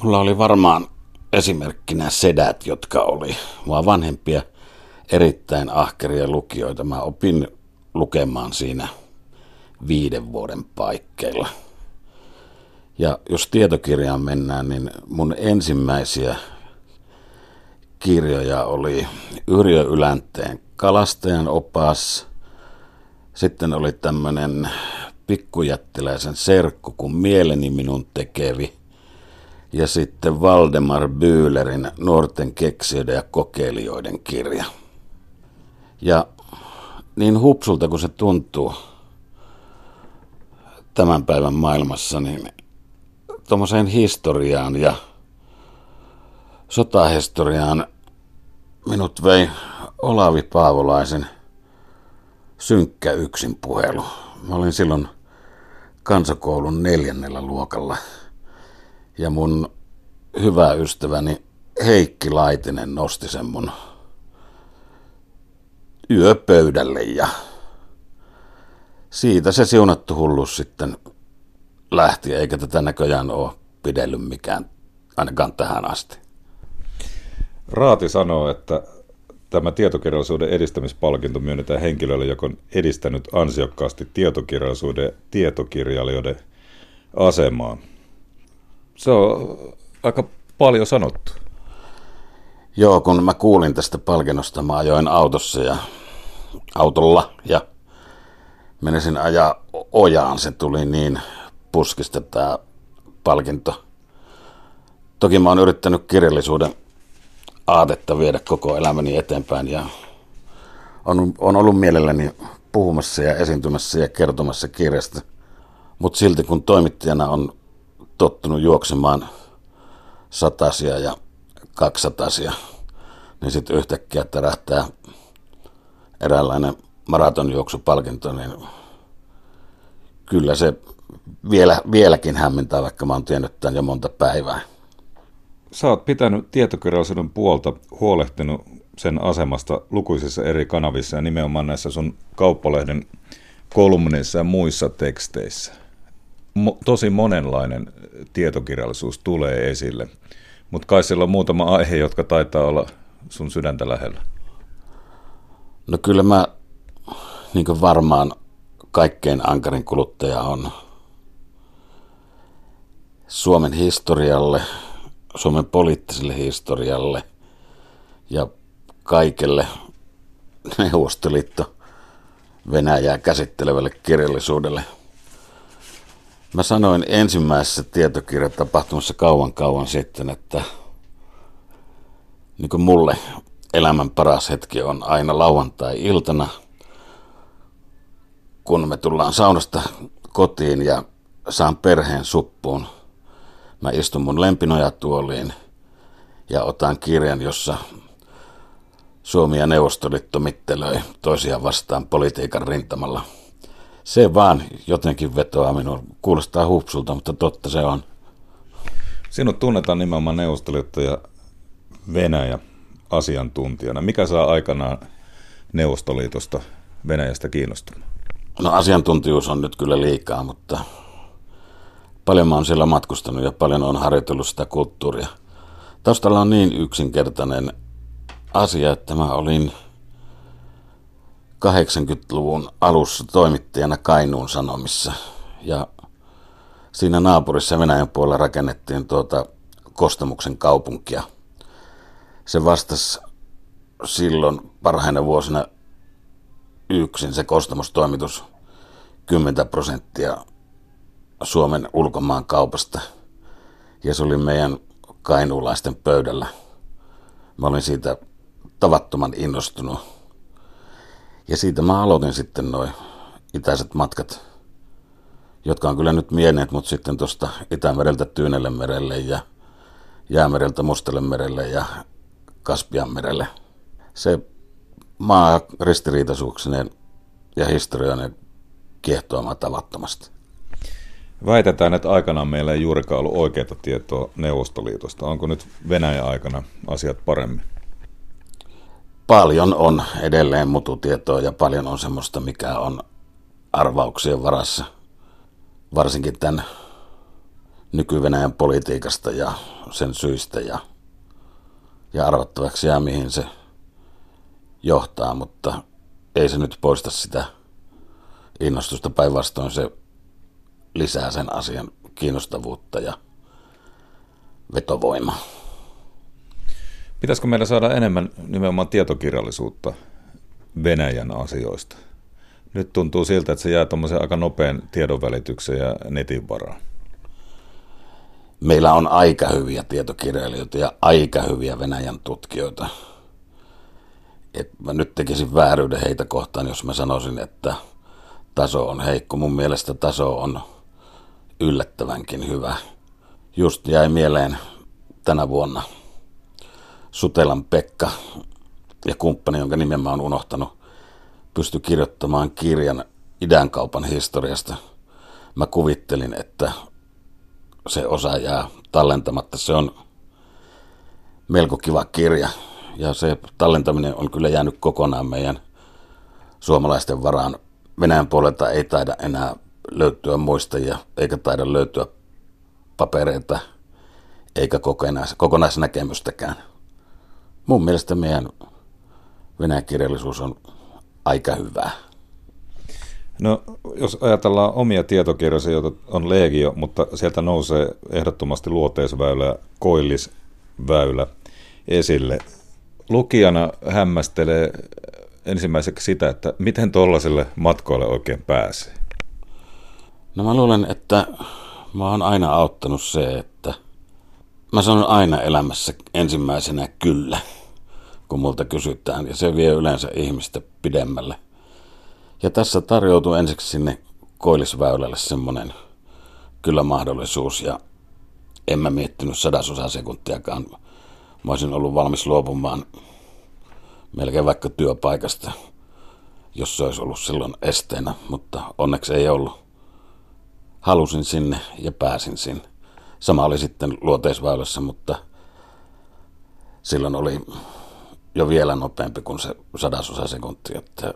Mulla oli varmaan esimerkkinä sedät, jotka oli mua vanhempia erittäin ahkeria lukijoita. Mä opin lukemaan siinä 5 vuoden paikkeilla. Ja jos tietokirjaan mennään, niin mun ensimmäisiä kirjoja oli Yrjö Ylänteen Kalastajan opas. Sitten oli tämmönen pikkujättiläisen serkku kuin Mieleni minun tekevi. Ja sitten Valdemar Bühlerin Nuorten keksijöiden ja kokeilijoiden kirja. Ja niin hupsulta kuin se tuntuu tämän päivän maailmassa, niin tuommoiseen historiaan ja sotahistoriaan minut vei Olavi Paavolaisen Synkkä yksin puhelu. Mä olin silloin kansakoulun 4. luokalla ja mun hyvä ystäväni Heikki Laitinen nosti sen mun yöpöydälle ja siitä se siunattu hulluus sitten lähti, eikä tätä näköjään ole pidellyt mikään, ainakaan tähän asti. Raati sanoo, että tämä tietokirjallisuuden edistämispalkinto myönnetään henkilölle, joka on edistänyt ansiokkaasti tietokirjallisuuden ja tietokirjailijoiden asemaa. Se on aika paljon sanottu. Joo, kun mä kuulin tästä palkinnosta, mä ajoin autolla ja menisin ajaa ojaan. Se tuli niin puskista tämä palkinto. Toki mä oon yrittänyt kirjallisuuden aatetta viedä koko elämäni eteenpäin ja on ollut mielelläni puhumassa ja esiintymässä ja kertomassa kirjasta. Mutta silti kun toimittajana on tottunut juoksemaan 100 ja 200, niin sitten yhtäkkiä tärähtää eräänlainen maratonjuoksupalkinto, niin kyllä se vieläkin hämmentää, vaikka mä oon tiennyt tämän jo monta päivää. Sä oot pitänyt tietokirjallisuuden puolta, huolehtinut sen asemasta lukuisissa eri kanavissa ja nimenomaan näissä sun kauppalehden kolumneissa ja muissa teksteissä. Tosi monenlainen tietokirjallisuus tulee esille, mutta kai siellä on muutama aihe, jotka taitaa olla sun sydäntä lähellä. No kyllä mä niin kuin varmaan kaikkein ankarin kuluttaja on Suomen historialle, Suomen poliittiselle historialle ja kaikelle Neuvostoliitto Venäjää käsittelevälle kirjallisuudelle. Mä sanoin ensimmäisessä tietokirjatapahtumassa kauan sitten, että niin kuin mulle elämän paras hetki on aina lauantai-iltana, kun me tullaan saunasta kotiin ja saan perheen suppuun. Mä istun mun lempinojatuoliin ja otan kirjan, jossa Suomi ja Neuvostoliitto mittelöi toisiaan vastaan politiikan rintamalla. Se vaan jotenkin vetoaa minuun. Kuulostaa hupsulta, mutta totta se on. Sinut tunnetaan nimenomaan Neuvostoliitto ja Venäjä asiantuntijana. Mikä saa aikanaan Neuvostoliitosta Venäjästä kiinnostumaan? No asiantuntijuus on nyt kyllä liikaa, mutta paljon mä oon siellä matkustanut ja paljon on harjoitellut sitä kulttuuria. Taustalla on niin yksinkertainen asia, että mä olin 80-luvun alussa toimittajana Kainuun Sanomissa ja siinä naapurissa Venäjän puolella rakennettiin Kostamuksen kaupunkia. Se vastasi silloin parhaina vuosina yksin se Kostamustoimitus 10% Suomen ulkomaan kaupasta ja se oli meidän kainuulaisten pöydällä. Mä olin siitä tavattoman innostunut. Ja siitä mä aloitin sitten nuo itäiset matkat, jotka on kyllä nyt vieneet mut sitten tuosta Itämereltä Tyynellemerelle ja Jäämereltä Mustallemerelle ja Kaspianmerelle. Se maa ristiriitaisuuksineen ja historioinen kiehtoo tavattomasti. Väitetään, että aikanaan meillä ei juurikaan ollut oikeaa tietoa Neuvostoliitosta. Onko nyt Venäjän aikana asiat paremmin? Paljon on edelleen mututietoa ja paljon on semmoista, mikä on arvauksien varassa. Varsinkin tämän nyky-Venäjän politiikasta ja sen syistä ja arvattavaksi jää, mihin se johtaa, mutta ei se nyt poista sitä innostusta. Päinvastoin se lisää sen asian kiinnostavuutta ja vetovoimaa. Pitäisikö meillä saada enemmän nimenomaan tietokirjallisuutta Venäjän asioista? Nyt tuntuu siltä, että se jää tuommoisen aika nopean tiedonvälityksen ja netin varaan. Meillä on aika hyviä tietokirjailijoita ja aika hyviä Venäjän tutkijoita. Mä nyt tekisin vääryyden heitä kohtaan, jos mä sanoisin, että taso on heikko. Mun mielestä taso on yllättävänkin hyvä. Just jäi mieleen tänä vuonna Sutelan Pekka ja kumppani, jonka nimen mä oon unohtanut, pystyi kirjoittamaan kirjan idänkaupan historiasta. Mä kuvittelin, että se osa jää tallentamatta. Se on melko kiva kirja ja se tallentaminen on kyllä jäänyt kokonaan meidän suomalaisten varaan. Venäjän puolelta ei taida enää löytyä muistajia eikä taida löytyä papereita eikä kokonaisnäkemystäkään. Mun mielestä meidän Venäjän kirjallisuus on aika hyvää. No, jos ajatellaan omia tietokirjoja, joita on legio, mutta sieltä nousee ehdottomasti Luoteisväylä ja Koillisväylä esille. Lukijana hämmästelee ensimmäiseksi sitä, että miten tuollaiselle matkoille oikein pääsee. No mä luulen, että mä oon aina auttanut se, että mä sanon aina elämässä ensimmäisenä kyllä, kun multa kysytään, ja se vie yleensä ihmistä pidemmälle. Ja tässä tarjoutuu ensiksi sinne Koillisväylälle semmoinen kyllä mahdollisuus, ja en mä miettinyt 100 sekuntiakaan. Mä olisin ollut valmis luopumaan melkein vaikka työpaikasta, jos se olisi ollut silloin esteenä, mutta onneksi ei ollut. Halusin sinne ja pääsin sinne. Sama oli sitten Luoteisväylässä, mutta silloin oli jo vielä nopeampi kuin se 100 sekuntia, että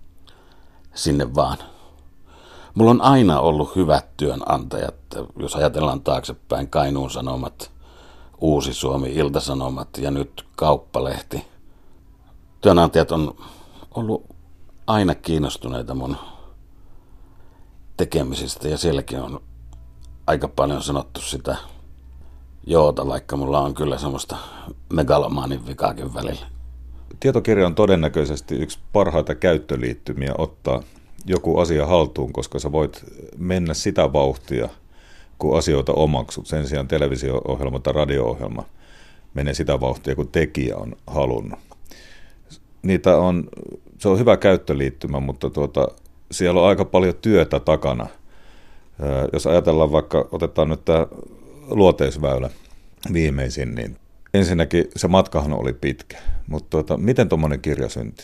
sinne vaan. Mulla on aina ollut hyvät työnantajat, jos ajatellaan taaksepäin Kainuun Sanomat, Uusi Suomi, Ilta-Sanomat ja nyt Kauppalehti. Työnantajat on ollut aina kiinnostuneita mun tekemisistä ja sielläkin on aika paljon sanottu sitä joota, vaikka mulla on kyllä semmoista megalomaanin vikaakin välillä. Tietokirja on todennäköisesti yksi parhaita käyttöliittymiä ottaa joku asia haltuun, koska sä voit mennä sitä vauhtia, kun asioita omaksut. Sen sijaan televisio-ohjelma tai radio-ohjelma menee sitä vauhtia, kun tekijä on halunnut. Se on hyvä käyttöliittymä, mutta siellä on aika paljon työtä takana. Jos ajatellaan vaikka, otetaan nyt tämä Luoteisväylä viimeisin, niin ensinnäkin se matkahan oli pitkä, mutta miten tuommoinen kirja syntyi?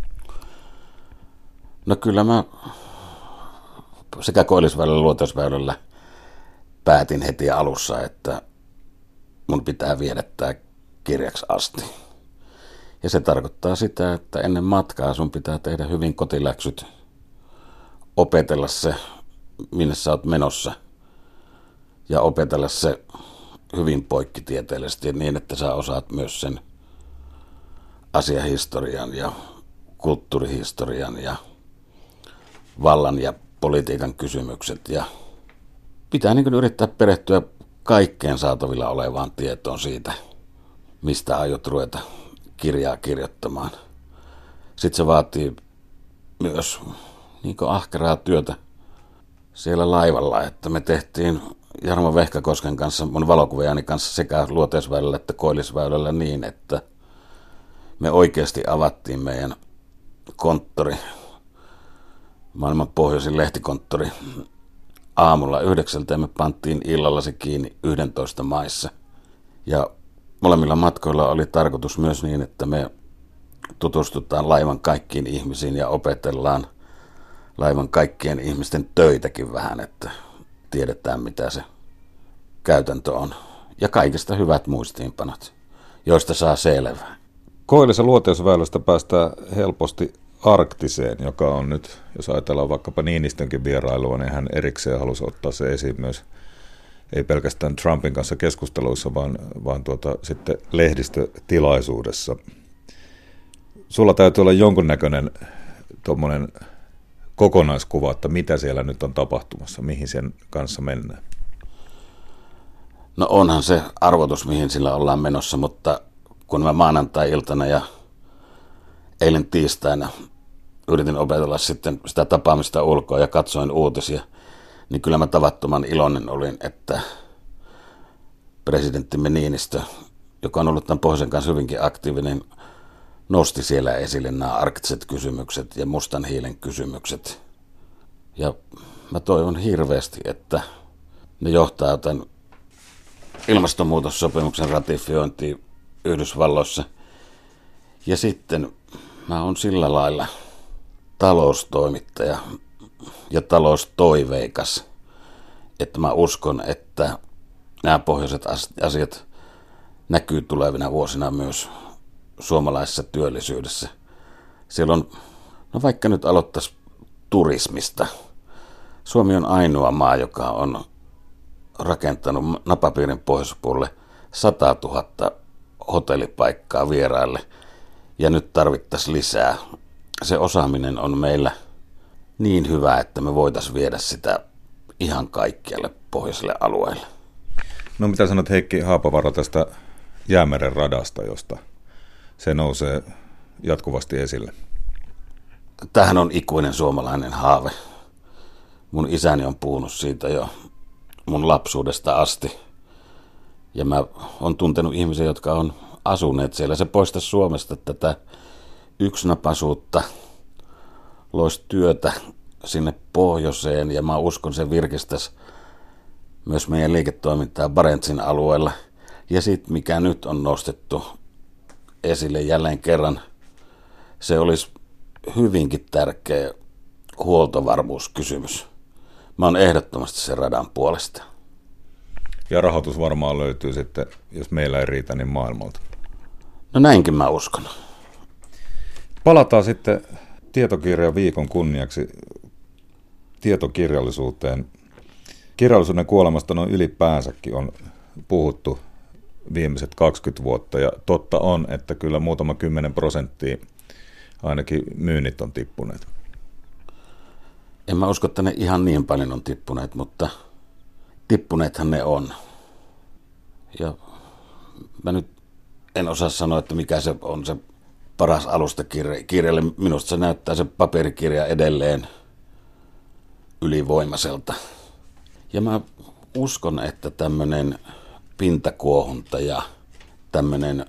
No kyllä mä sekä Koillisväylällä että Luoteisväylällä päätin heti alussa, että mun pitää viedä tämä kirjaksi asti. Ja se tarkoittaa sitä, että ennen matkaa sun pitää tehdä hyvin kotiläksyt, opetella se, minne sä oot menossa, ja opetella se hyvin poikkitieteellisesti niin, että sä osaat myös sen asiahistorian ja kulttuurihistorian ja vallan ja politiikan kysymykset. Ja pitää niin kuin yrittää perehtyä kaikkeen saatavilla olevaan tietoon siitä, mistä aiot ruveta kirjaa kirjoittamaan. Sitten se vaatii myös niin kuin ahkeraa työtä siellä laivalla, että me tehtiin Jarmo Vehkakosken kanssa, mun valokuvaajani kanssa sekä Luoteisväylällä että Koillisväylällä niin, että me oikeasti avattiin meidän konttori, maailman pohjoisin lehtikonttori, aamulla 9 ja me pantiin illalla se kiinni 11 maissa. Ja molemmilla matkoilla oli tarkoitus myös niin, että me tutustutaan laivan kaikkiin ihmisiin ja opetellaan laivan kaikkien ihmisten töitäkin vähän, että tiedetään mitä se käytäntö on. Ja kaikista hyvät muistiinpanot, joista saa selvää. Koillis- ja Luoteisväylästä päästään helposti arktiseen, joka on nyt, jos ajatellaan vaikkapa Niinistönkin vierailua, niin hän erikseen halusi ottaa se esiin myös ei pelkästään Trumpin kanssa keskusteluissa, vaan sitten lehdistötilaisuudessa. Sulla täytyy olla jonkunnäköinen tuommoinen kokonaiskuva, että mitä siellä nyt on tapahtumassa, mihin sen kanssa mennään. No onhan se arvotus, mihin sillä ollaan menossa, mutta kun mä maanantai-iltana ja eilen tiistaina yritin opetella sitten sitä tapaamista ulkoa ja katsoin uutisia, niin kyllä mä tavattoman iloinen olin, että presidenttimme Niinistö, joka on ollut tämän pohjoisen kanssa hyvinkin aktiivinen, nosti siellä esille nämä arktiset kysymykset ja mustan hiilen kysymykset. Ja mä toivon hirveästi, että ne johtaa tämän ilmastonmuutossopimuksen ratifiointiin Yhdysvalloissa. Ja sitten mä oon sillä lailla taloustoimittaja ja taloustoiveikas, että mä uskon, että nämä pohjoiset asiat näkyy tulevina vuosina myös suomalaisessa työllisyydessä. Siellä on, no vaikka nyt aloittaisi turismista. Suomi on ainoa maa, joka on rakentanut napapiirin pohjoispuolelle 100 000 hotellipaikkaa vieraille, ja nyt tarvittaisiin lisää. Se osaaminen on meillä niin hyvä, että me voitaisiin viedä sitä ihan kaikkialle pohjoiselle alueelle. No mitä sanot Heikki Haapavaara tästä Jäämeren radasta, josta se nousee jatkuvasti esille? Tämähän on ikuinen suomalainen haave. Mun isäni on puhunut siitä jo mun lapsuudesta asti. Ja mä oon tuntenut ihmisiä, jotka on asuneet siellä. Se poistaisi Suomesta tätä yksinapaisuutta, loisi työtä sinne pohjoiseen, ja mä uskon, se virkistäisi myös meidän liiketoimintaa Barentsin alueella. Ja sitten mikä nyt on nostettu esille jälleen kerran, se olisi hyvinkin tärkeä huoltovarmuuskysymys. Mä oon ehdottomasti sen radan puolesta. Ja rahoitus varmaan löytyy sitten, jos meillä ei riitä, niin maailmalta. No näinkin mä uskon. Palataan sitten tietokirjan viikon kunniaksi tietokirjallisuuteen. Kirjallisuuden kuolemasta noin ylipäänsäkin on puhuttu viimeiset 20 vuotta, ja totta on, että kyllä muutama 10% ainakin myynnit on tippuneet. En mä usko, että ne ihan niin paljon on tippuneet, mutta tippuneethan ne on. Ja mä nyt en osaa sanoa, että mikä se on se paras alusta kirjalle. Minusta se näyttää se paperikirja edelleen ylivoimaiselta. Ja mä uskon, että tämmöinen pintakuohunta ja tämmöinen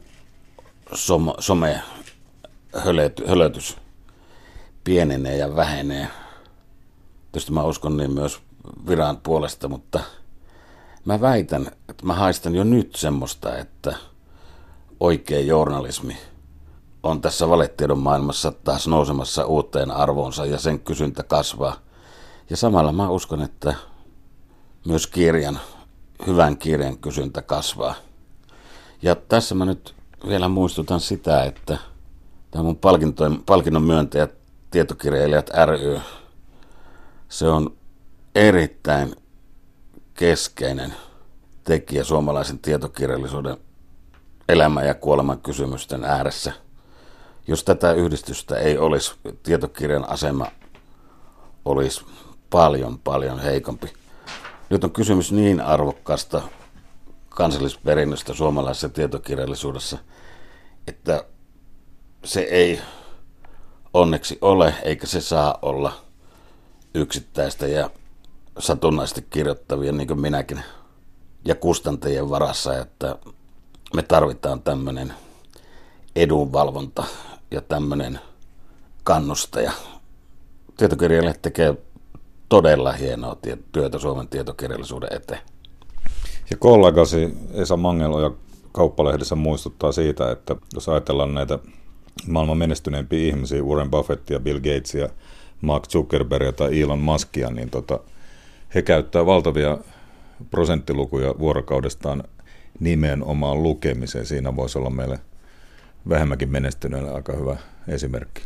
some-hölötys pienenee ja vähenee. Tietysti mä uskon niin myös viran puolesta, mutta mä väitän, että mä haistan jo nyt semmoista, että oikea journalismi on tässä valetiedon maailmassa taas nousemassa uuteen arvoonsa ja sen kysyntä kasvaa. Ja samalla mä uskon, että myös hyvän kirjan kysyntä kasvaa. Ja tässä mä nyt vielä muistutan sitä, että tämä mun palkinnon myöntäjä Tietokirjailijat ry, se on erittäin keskeinen tekijä suomalaisen tietokirjallisuuden elämän ja kuoleman kysymysten ääressä. Jos tätä yhdistystä ei olisi, tietokirjan asema olisi paljon heikompi. Nyt on kysymys niin arvokkaasta kansallisperinnöstä suomalaisessa tietokirjallisuudessa, että se ei onneksi ole, eikä se saa olla yksittäistä ja satunnaisesti kirjoittavia, niin kuin minäkin, ja kustantajien varassa, että me tarvitaan tämmöinen edunvalvonta ja tämmöinen kannustaja. Tietokirjailijat tekee todella hienoa työtä Suomen tietokirjallisuuden eteen. Ja kollegasi Esa Mangeloja Kauppalehdessä muistuttaa siitä, että jos ajatellaan näitä maailman menestyneempiä ihmisiä, Warren Buffettia, Bill Gatesia, Mark Zuckerbergia tai Elon Muskia, niin he käyttää valtavia prosenttilukuja vuorokaudestaan nimenomaan lukemiseen. Siinä voisi olla meille vähemmänkin menestyneille aika hyvä esimerkki.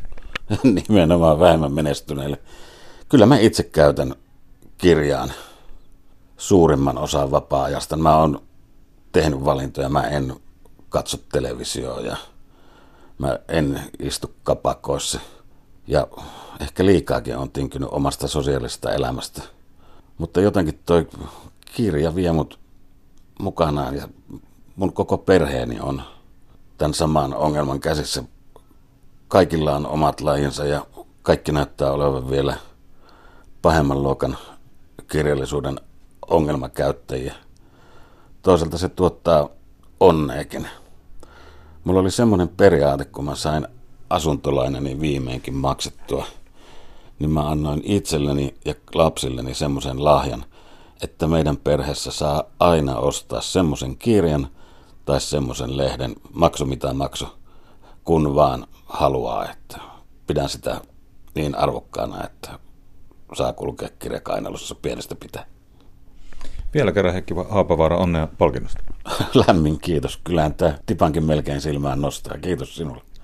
Nimenomaan vähemmän menestyneille. Kyllä mä itse käytän kirjaan suurimman osan vapaa-ajasta. Mä oon tehnyt valintoja, mä en katso televisioon ja mä en istu kapakoissa. Ja ehkä liikaakin on tinkinyt omasta sosiaalisesta elämästä. Mutta jotenkin toi kirja vie mut mukanaan ja mun koko perheeni on tämän saman ongelman käsissä. Kaikilla on omat lajinsa ja kaikki näyttää olevan vielä pahemman luokan kirjallisuuden ongelmakäyttäjiä. Toisaalta se tuottaa onneekin. Mulla oli semmoinen periaate, kun mä sain asuntolainani viimeinkin maksettua, niin mä annoin itselleni ja lapsilleni semmoisen lahjan, että meidän perheessä saa aina ostaa semmoisen kirjan tai semmoisen lehden, maksu mitä maksu, kun vaan haluaa, että pidän sitä niin arvokkaana, että saa kulkea kirjakainalossa pienestä pitää. Vielä kerran Heikki Haapavaara, onnea palkinnosta. Lämmin kiitos. Kyllähän tämä tipankin melkein silmään nostaa. Kiitos sinulle.